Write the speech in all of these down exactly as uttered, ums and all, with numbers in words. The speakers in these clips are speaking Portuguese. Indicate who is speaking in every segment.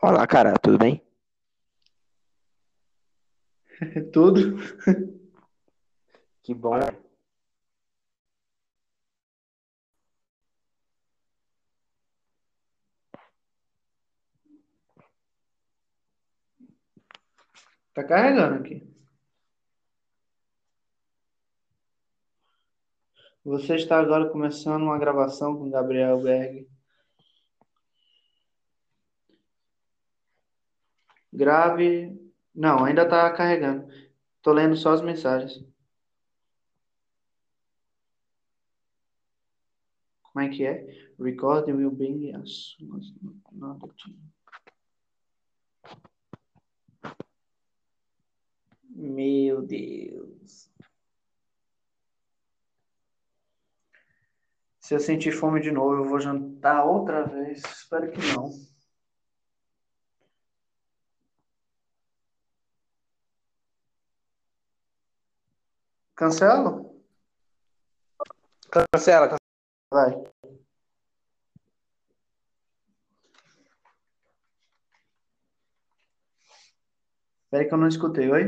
Speaker 1: Olá, cara, tudo bem?
Speaker 2: Tudo.
Speaker 1: Que bom.
Speaker 2: Tá carregando aqui. Você está agora começando uma gravação com Gabriel Berg. Grave. Não, ainda tá carregando. Tô lendo só as mensagens. Como é que é? Recording will be as soon as not the team. Meu Deus. Se eu sentir fome de novo, eu vou jantar outra vez. Espero que não. Cancelo?
Speaker 1: Cancela, cancela.
Speaker 2: Vai. Espera que eu não escutei. Oi?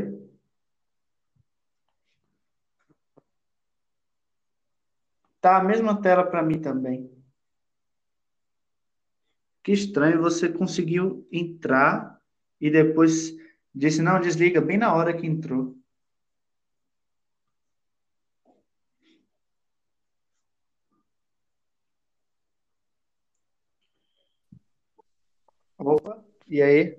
Speaker 2: Tá a mesma tela para mim também. Que estranho, você conseguiu entrar e depois disse, não, desliga bem na hora que entrou. Opa, e aí?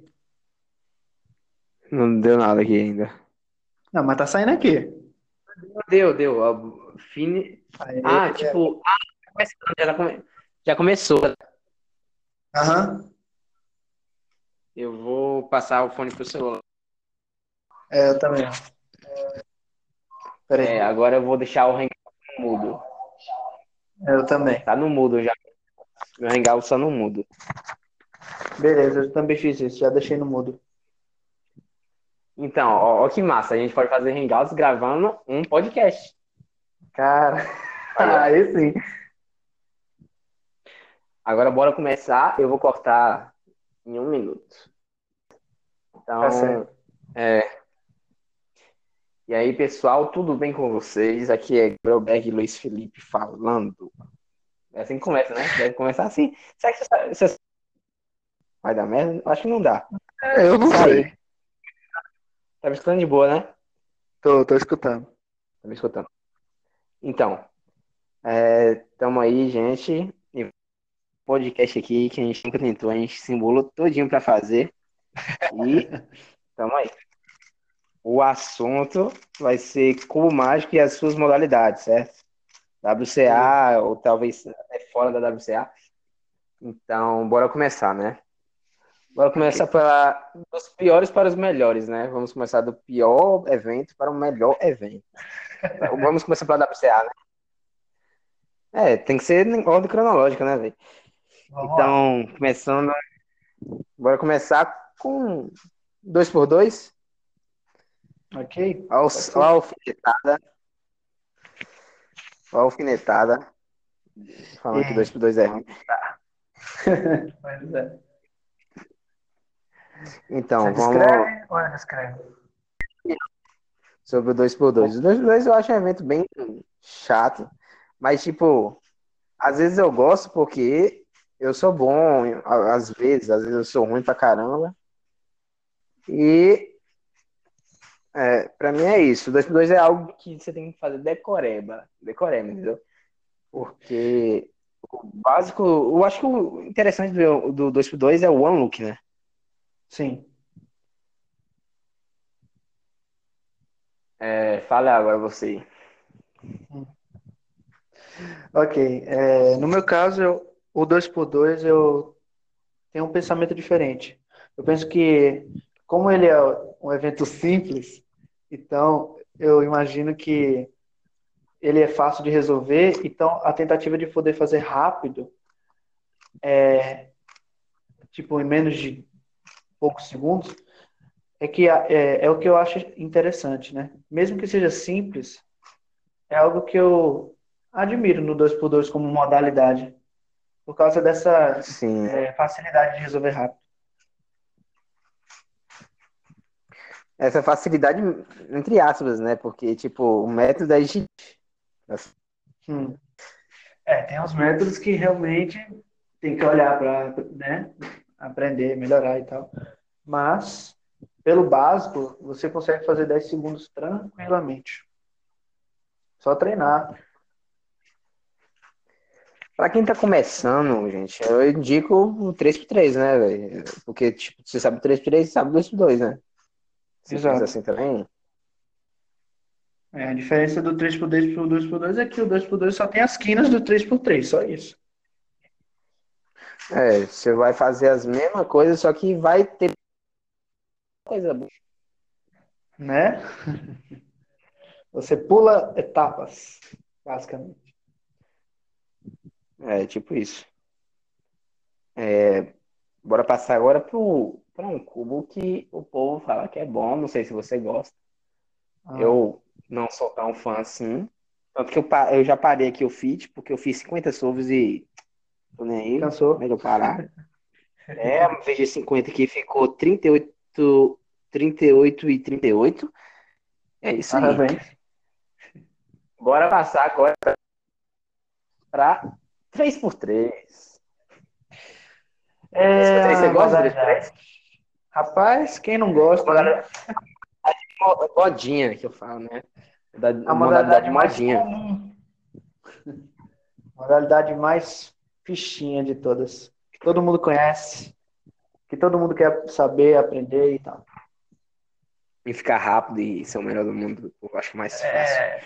Speaker 1: Não deu nada aqui ainda.
Speaker 2: Não, mas tá saindo aqui.
Speaker 1: Deu, deu. ó, Fine...
Speaker 2: Aí,
Speaker 1: Ah, tipo, ah, tá começando, já, tá come- já começou.
Speaker 2: aham,
Speaker 1: Eu vou passar o fone pro celular.
Speaker 2: é, eu também.
Speaker 1: É,
Speaker 2: Peraí,
Speaker 1: agora eu vou deixar o Hangout no mudo.
Speaker 2: eu também.
Speaker 1: Tá no mudo já. Meu Hangout só no mudo.
Speaker 2: Beleza, eu também fiz isso, já deixei no mudo.
Speaker 1: Então, ó, ó que massa. A gente pode fazer Hangouts gravando um podcast.
Speaker 2: Cara,
Speaker 1: Aí, ó.
Speaker 2: aí sim.
Speaker 1: Agora bora começar. Eu vou cortar em um minuto.
Speaker 2: Tá
Speaker 1: Então,
Speaker 2: certo.
Speaker 1: é, e aí, pessoal, tudo bem com vocês? Aqui é Grelberg Luiz Felipe falando. É assim que começa, né? Deve começar assim. Será que você, sabe- você vai dar merda? Acho que não dá.
Speaker 2: É, eu não
Speaker 1: Tá aí.
Speaker 2: sei.
Speaker 1: Tá me escutando de boa, né?
Speaker 2: Tô, tô escutando.
Speaker 1: Tá me escutando. Então, é, tamo aí, gente. E um podcast aqui que a gente nunca tentou, a gente se embolou todinho pra fazer. E tamo aí. O assunto vai ser cubo mágico e as suas modalidades, certo?
Speaker 2: Beleza.
Speaker 1: W C A, ou talvez até fora da W C A. Então, bora começar, né? Bora
Speaker 2: Ok.
Speaker 1: começar para dos piores para os melhores, né? Vamos começar do pior evento para o melhor evento. Vamos começar pela W C A, né? É, tem que ser em ordem cronológica, né, velho?
Speaker 2: Vamos lá.
Speaker 1: Então, começando, bora começar com dois por dois.
Speaker 2: Ok? Pode
Speaker 1: Olha a
Speaker 2: ser?
Speaker 1: alfinetada, ó a alfinetada, falando que dois
Speaker 2: E...
Speaker 1: por dois é ruim.
Speaker 2: Pois é. Você
Speaker 1: Então, vamos
Speaker 2: descreve ou eu descrevo?
Speaker 1: sobre o dois por dois. O dois por dois eu acho um evento bem chato, mas, tipo, às vezes eu gosto porque eu sou bom, às vezes, às vezes eu sou ruim pra caramba. E é, pra mim é isso. O dois por dois é algo que você tem que fazer decoreba. Decoreba, entendeu? Porque o básico. Eu acho que o interessante do, do dois por dois é o one look, né?
Speaker 2: Sim.
Speaker 1: É, fala agora você.
Speaker 2: Ok. É, no meu caso, eu, o dois por dois eu tenho um pensamento diferente. Eu penso que, como ele é um evento simples, então eu imagino que ele é fácil de resolver, então a tentativa de poder fazer rápido, tipo em menos de poucos segundos, é que é, é o que eu acho interessante, né? Mesmo que seja simples, é algo que eu admiro no dois por dois como modalidade, por causa dessa
Speaker 1: Sim.
Speaker 2: é, facilidade de resolver rápido.
Speaker 1: essa facilidade, entre aspas, né? Porque, tipo, o método é de.
Speaker 2: Hum. É, tem uns métodos que realmente tem que olhar para, né, aprender, melhorar e tal. Mas, pelo básico, você consegue fazer dez segundos tranquilamente. Só treinar.
Speaker 1: Pra quem tá começando, gente, eu indico o três por três, né, velho? Porque, tipo, você sabe o três por três, você sabe o dois por dois, né? Você pensa
Speaker 2: Exato.
Speaker 1: assim também?
Speaker 2: É, a diferença do três por dois para o dois por dois é que o dois por dois só tem as quinas do três por três, só isso.
Speaker 1: É, você vai fazer as mesmas coisas, só que vai ter coisa boa.
Speaker 2: Né? Você pula etapas, basicamente.
Speaker 1: É, tipo isso. Bora passar agora pro, pra um cubo que o povo fala que é bom, não sei se você gosta.
Speaker 2: Ah,
Speaker 1: Eu não sou tão fã assim. Tanto que eu, pa- eu já parei aqui o feat, porque eu fiz cinquenta survos e tô nem aí,
Speaker 2: cansou?
Speaker 1: melhor parar. É, ao invés de cinquenta aqui ficou trinta e oito, trinta e oito e trinta e oito. É isso aí.
Speaker 2: Parabéns.
Speaker 1: Bora passar agora para três por três. Três por
Speaker 2: É
Speaker 1: três, você
Speaker 2: a
Speaker 1: gosta de três por
Speaker 2: modalidade.
Speaker 1: três?
Speaker 2: Rapaz, quem não
Speaker 1: A
Speaker 2: gosta, né?
Speaker 1: modalidade modinha que eu falo, né? Da
Speaker 2: A
Speaker 1: modalidade
Speaker 2: modalidade mais
Speaker 1: modinha.
Speaker 2: comum, modalidade mais fichinha de todas. Que todo mundo conhece, que todo mundo quer saber, aprender e tal.
Speaker 1: E ficar rápido e ser o melhor do mundo, eu acho mais fácil.
Speaker 2: É,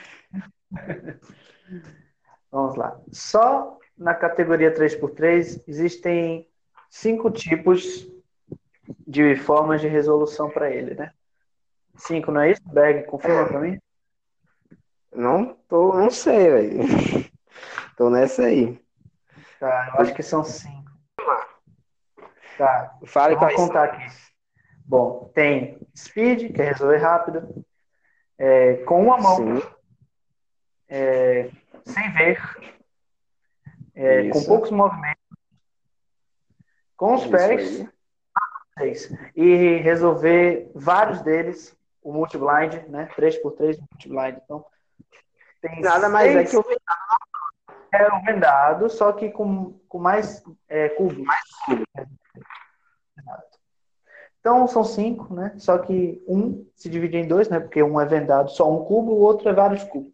Speaker 2: vamos lá. Só na categoria três por três existem cinco tipos de formas de resolução para ele, né? Cinco, não é isso? Berg, confirma para mim?
Speaker 1: Não tô, não sei, velho. Tô nessa aí.
Speaker 2: Tá, eu acho que são cinco. Tá,
Speaker 1: Fale
Speaker 2: eu vou
Speaker 1: quais
Speaker 2: contar
Speaker 1: são.
Speaker 2: aqui. Bom, tem speed, que é resolver rápido, é, com uma mão,
Speaker 1: Sim,
Speaker 2: sem ver, é, com
Speaker 1: isso,
Speaker 2: poucos movimentos, com os
Speaker 1: isso
Speaker 2: pés,
Speaker 1: aí.
Speaker 2: seis. E resolver vários deles, o multiblind, né? Três por três multiblind. Então, tem
Speaker 1: Nada mais é que
Speaker 2: seis
Speaker 1: eu
Speaker 2: eram vendados, só que com, com mais é, cubos. Então, são cinco, né? Só que um se divide em dois, né? Porque um é vendado só um cubo, o outro é vários cubos.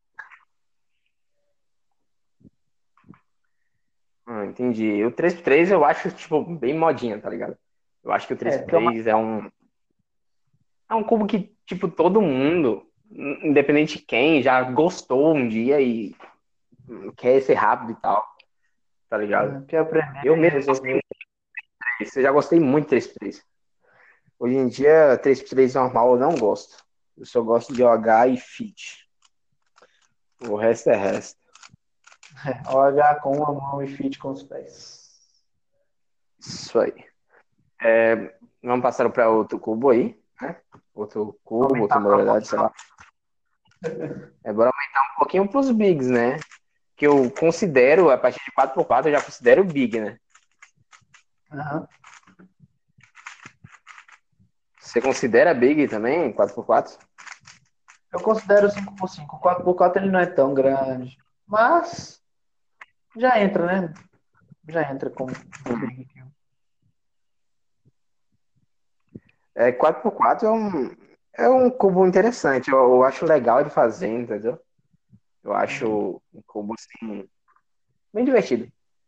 Speaker 1: Ah, entendi. O três por três eu acho, tipo, bem modinha, tá ligado? Eu acho que o três
Speaker 2: É,
Speaker 1: por
Speaker 2: porque é uma...
Speaker 1: três é um, é um cubo que, tipo, todo mundo, independente de quem, já gostou um dia e quer ser rápido e tal, tá ligado?
Speaker 2: Quer aprender
Speaker 1: Eu
Speaker 2: e
Speaker 1: mesmo gostei
Speaker 2: resolver.
Speaker 1: muito disso, eu já gostei muito de três por três. Hoje em dia, três por três normal eu não gosto. Eu só gosto de O H e fit. O resto é resto.
Speaker 2: O H com uma mão e fit com os pés.
Speaker 1: Isso aí. É, vamos passar para outro cubo aí, né? Outro cubo, outra
Speaker 2: Aumentar para um
Speaker 1: modalidade, sei lá. É, bora aumentar um pouquinho para os bigs, né? Que eu considero, a partir de quatro por quatro eu já considero big, né?
Speaker 2: pouquinho.
Speaker 1: Você considera big também, quatro por quatro?
Speaker 2: Eu considero cinco por cinco. O quatro por quatro ele não é tão grande. Mas já entra, né? Já entra como big kill.
Speaker 1: É, quatro por quatro é um, é um cubo interessante. Eu, eu acho legal de fazer, entendeu? Eu acho um cubo, assim, bem divertido.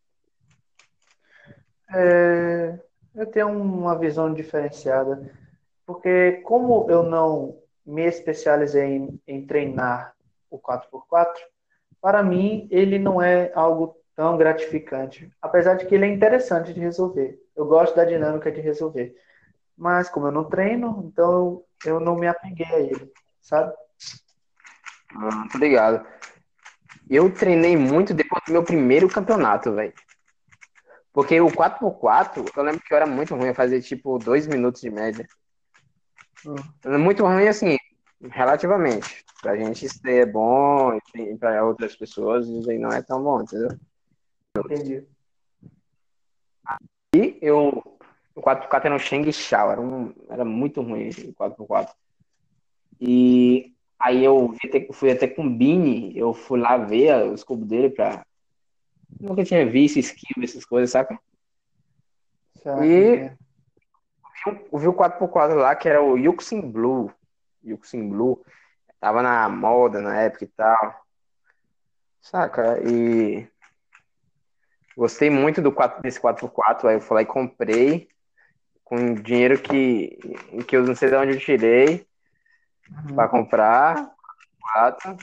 Speaker 2: É, eu tenho uma visão diferenciada. Porque como eu não me especializei em, em treinar o quatro por quatro, para mim ele não é algo tão gratificante. Apesar de que ele é interessante de resolver. Eu gosto da dinâmica de resolver. Mas como eu não treino, então eu não me apeguei a ele, sabe?
Speaker 1: Ah, tô ligado. Eu treinei muito depois do meu primeiro campeonato, velho. Porque o quatro por quatro, eu lembro que eu era muito ruim, eu fazia tipo dois minutos de média.
Speaker 2: Hum,
Speaker 1: Muito ruim, assim, relativamente. Pra gente ser bom e pra outras pessoas, isso aí não é tão bom, entendeu?
Speaker 2: entendi.
Speaker 1: E eu O quatro por quatro era um Shang Shao, era, um, era muito ruim o quatro por quatro. E aí eu vi até- fui até com o Bini, eu fui lá ver os cubos dele pra. Nunca tinha visto skill, essas coisas, saca?
Speaker 2: Saca,
Speaker 1: E
Speaker 2: é.
Speaker 1: eu vi o quatro por quatro lá, que era o Yuxin Blue. Yuxin Blue. Tava na moda na época e tal. Saca? E gostei muito do quatro desse quatro por quatro. Aí eu fui lá e comprei com dinheiro que, que eu não sei de onde eu tirei pra
Speaker 2: Uhum.
Speaker 1: comprar. Quatro.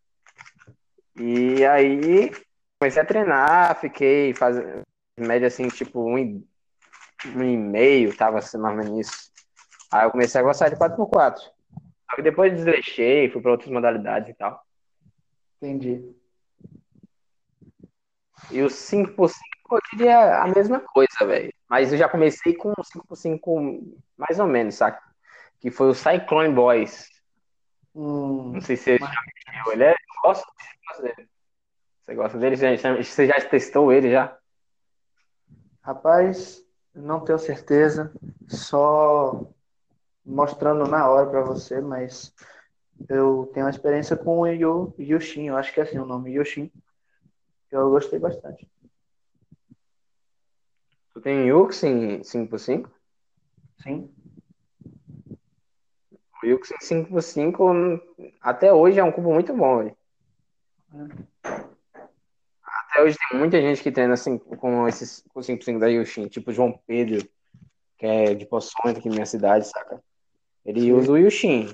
Speaker 1: E aí comecei a treinar, fiquei fazendo média assim, tipo um, e- um e meio, tava assim, mais ou menos nisso. Aí eu comecei a gostar de quatro por quatro. Só que depois desleixei, fui pra outras modalidades e tal.
Speaker 2: Entendi.
Speaker 1: E o cinco por cinco eu diria a mesma coisa, velho. Mas eu já comecei com o cinco por cinco mais ou menos, saca? Que foi o Cyclone Boys. Não
Speaker 2: Hum,
Speaker 1: sei se você
Speaker 2: mas,
Speaker 1: já viu ele. É, eu gosto, eu gosto dele. Você gosta dele? Você já, você já testou ele já?
Speaker 2: rapaz, não tenho certeza. Só mostrando na hora para você, mas eu tenho uma experiência com o Yu, Yushin, eu acho que é assim o nome, Yushin. Eu gostei bastante.
Speaker 1: Tu tem Yuxin cinco por cinco?
Speaker 2: Sim.
Speaker 1: O Yuxin cinco por cinco até hoje é um cubo muito bom, velho. Até hoje tem muita gente que treina assim, com esses com cinco por cinco da Yushin, tipo João Pedro, que é de Poções aqui na minha cidade, saca? Ele usa
Speaker 2: Sim.
Speaker 1: o Yushin.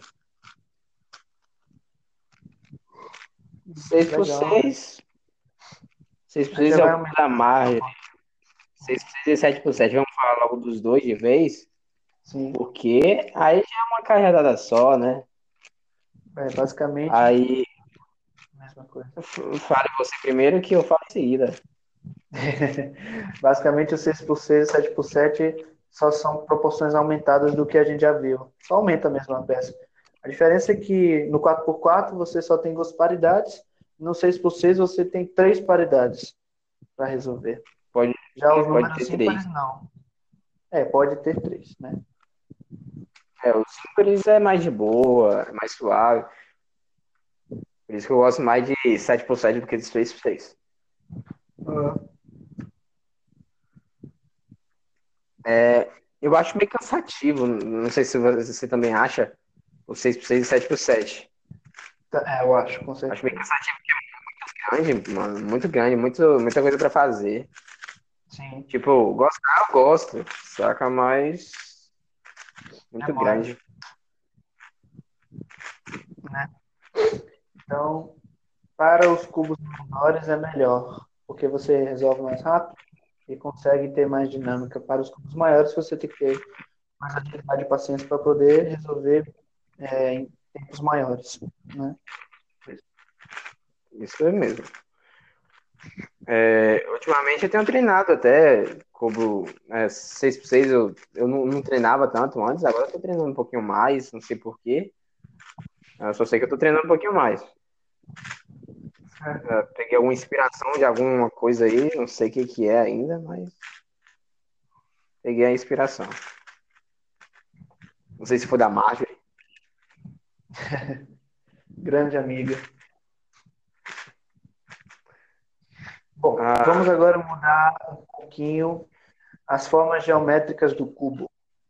Speaker 1: seis por
Speaker 2: Legal.
Speaker 1: seis seis por
Speaker 2: Aí
Speaker 1: seis
Speaker 2: já
Speaker 1: é o
Speaker 2: vai
Speaker 1: cubo da
Speaker 2: aumentar.
Speaker 1: Marjorie. seis por seis e sete por sete. Vamos falar logo dos dois de vez,
Speaker 2: Sim.
Speaker 1: porque aí já é uma carregada só, né?
Speaker 2: É basicamente
Speaker 1: Aí
Speaker 2: a mesma coisa.
Speaker 1: fale você primeiro que eu falo em seguida.
Speaker 2: Basicamente o seis por seis e sete por sete só são proporções aumentadas do que a gente já viu. Só aumenta mesmo a peça. A diferença é que no quatro por quatro você só tem duas paridades, no seis por seis você tem três paridades para resolver.
Speaker 1: Pode,
Speaker 2: Já os
Speaker 1: pode
Speaker 2: números
Speaker 1: ter três.
Speaker 2: ímpares não. É, pode ter três, né?
Speaker 1: É, o simples é mais de boa, é mais suave. Por isso que eu gosto mais de sete por sete do que de seis por seis.
Speaker 2: Ah,
Speaker 1: É, eu acho meio cansativo, não sei se você também acha, o seis por seis e sete por sete.
Speaker 2: tá, é, eu acho, com
Speaker 1: Acho meio
Speaker 2: certeza.
Speaker 1: cansativo, grande, mano, muito grande, muito, muita coisa pra fazer.
Speaker 2: Sim,
Speaker 1: Tipo, gostar eu gosto, saca? Mas muito
Speaker 2: demora,
Speaker 1: grande.
Speaker 2: né? Então, para os cubos menores é melhor, porque você resolve mais rápido e consegue ter mais dinâmica. Para os cubos maiores, você tem que ter mais agilidade e paciência para poder resolver é, em tempos maiores, né?
Speaker 1: Isso é mesmo. É, ultimamente eu tenho treinado até, como é, seis por seis eu, eu não, não treinava tanto antes, agora eu tô treinando um pouquinho mais, não sei por quê. Eu só sei que eu tô treinando um pouquinho mais.
Speaker 2: É,
Speaker 1: É, peguei alguma inspiração de alguma coisa aí, não sei o que que é ainda, mas peguei a inspiração. Não sei se foi da Marjorie.
Speaker 2: grande amiga. Bom,
Speaker 1: Ah,
Speaker 2: vamos agora mudar um pouquinho as formas geométricas do cubo.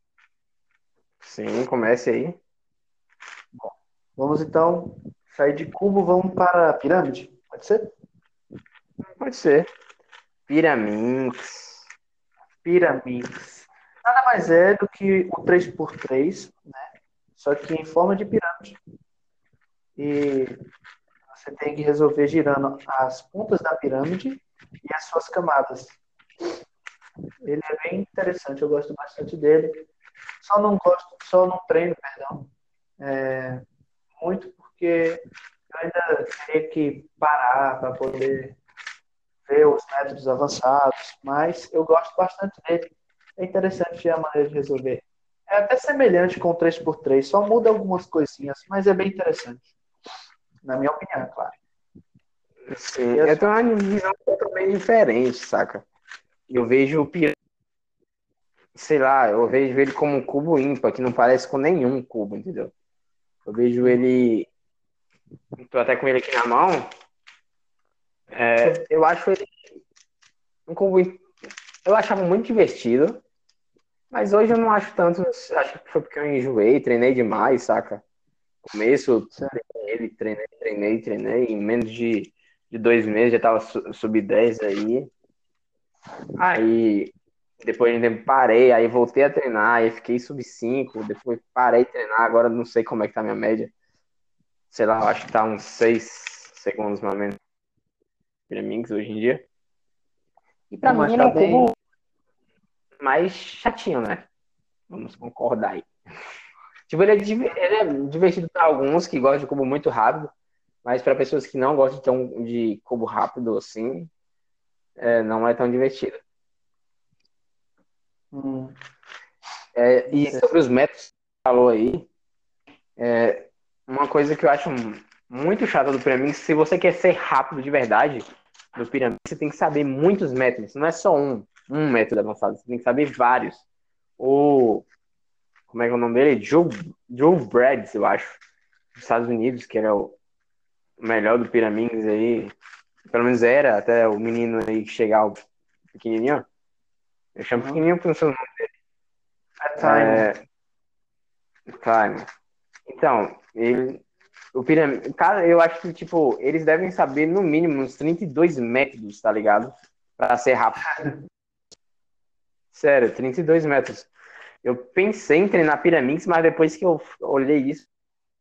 Speaker 1: sim, comece aí.
Speaker 2: Vamos então sair de cubo, vamos para a pirâmide, pode ser?
Speaker 1: Pode ser. Piraminx.
Speaker 2: Pirâmides. Nada mais é do que o três por três, só que em forma de pirâmide. E você tem que resolver girando as pontas da pirâmide e as suas camadas. Ele é bem interessante, eu gosto bastante dele. Só não gosto, só não treino, perdão, muito porque eu ainda teria que parar para poder ver os métodos avançados, mas eu gosto bastante dele. É interessante a maneira de resolver. É até semelhante com o três por três, só muda algumas coisinhas, mas é bem interessante, na minha opinião, é claro.
Speaker 1: Sim,
Speaker 2: E a
Speaker 1: eu
Speaker 2: sua?
Speaker 1: tenho uma visão totalmente diferente, saca? Eu vejo o pirâmix sei lá, eu vejo ele como um cubo ímpar, que não parece com nenhum cubo, entendeu? Eu vejo ele, tô até com ele aqui na mão, é, eu acho ele um cubo, ímpar. Eu achava muito divertido, mas hoje eu não acho tanto, acho que foi porque eu enjoei, treinei demais, saca? No começo, eu
Speaker 2: Certo.
Speaker 1: treinei ele, treinei, treinei, treinei, em menos de, de dois meses já tava su- sub dez aí, aí depois de um tempo parei, aí voltei a treinar, aí fiquei sub cinco, depois parei de treinar, agora não sei como é que tá a minha média. Sei lá, eu acho que tá uns seis segundos mais ou menos para mim hoje em dia. E pra
Speaker 2: Pô,
Speaker 1: mim
Speaker 2: mas
Speaker 1: ele é
Speaker 2: tá
Speaker 1: um cubo
Speaker 2: bem.
Speaker 1: mais chatinho, né? Vamos concordar aí. Tipo, ele é, div- ele é divertido pra alguns que gostam de cubo muito rápido, mas pra pessoas que não gostam de, tão- de cubo rápido assim, é, não é tão divertido.
Speaker 2: Hum,
Speaker 1: É, e
Speaker 2: certo.
Speaker 1: sobre os métodos que você falou aí, uma coisa que eu acho muito chata do Pyraminx, se você quer ser rápido de verdade, no Pyraminx você tem que saber muitos métodos, não é só um, um método avançado, você tem que saber vários. O, como é que é o nome dele? Joe, Joe Brads, eu acho, dos Estados Unidos, que era o melhor do Pyraminx aí, pelo menos era, até o menino aí chegar, o pequenininho, eu chamo
Speaker 2: Uhum.
Speaker 1: pequenininho porque não sei o nome.
Speaker 2: É timer.
Speaker 1: Time. Então, ele, o Pyramid, cara, eu acho que, tipo, eles devem saber no mínimo uns trinta e dois métodos, tá ligado? Pra ser rápido. Sério, trinta e dois métodos. Eu pensei em treinar Pyraminx, mas depois que eu olhei isso,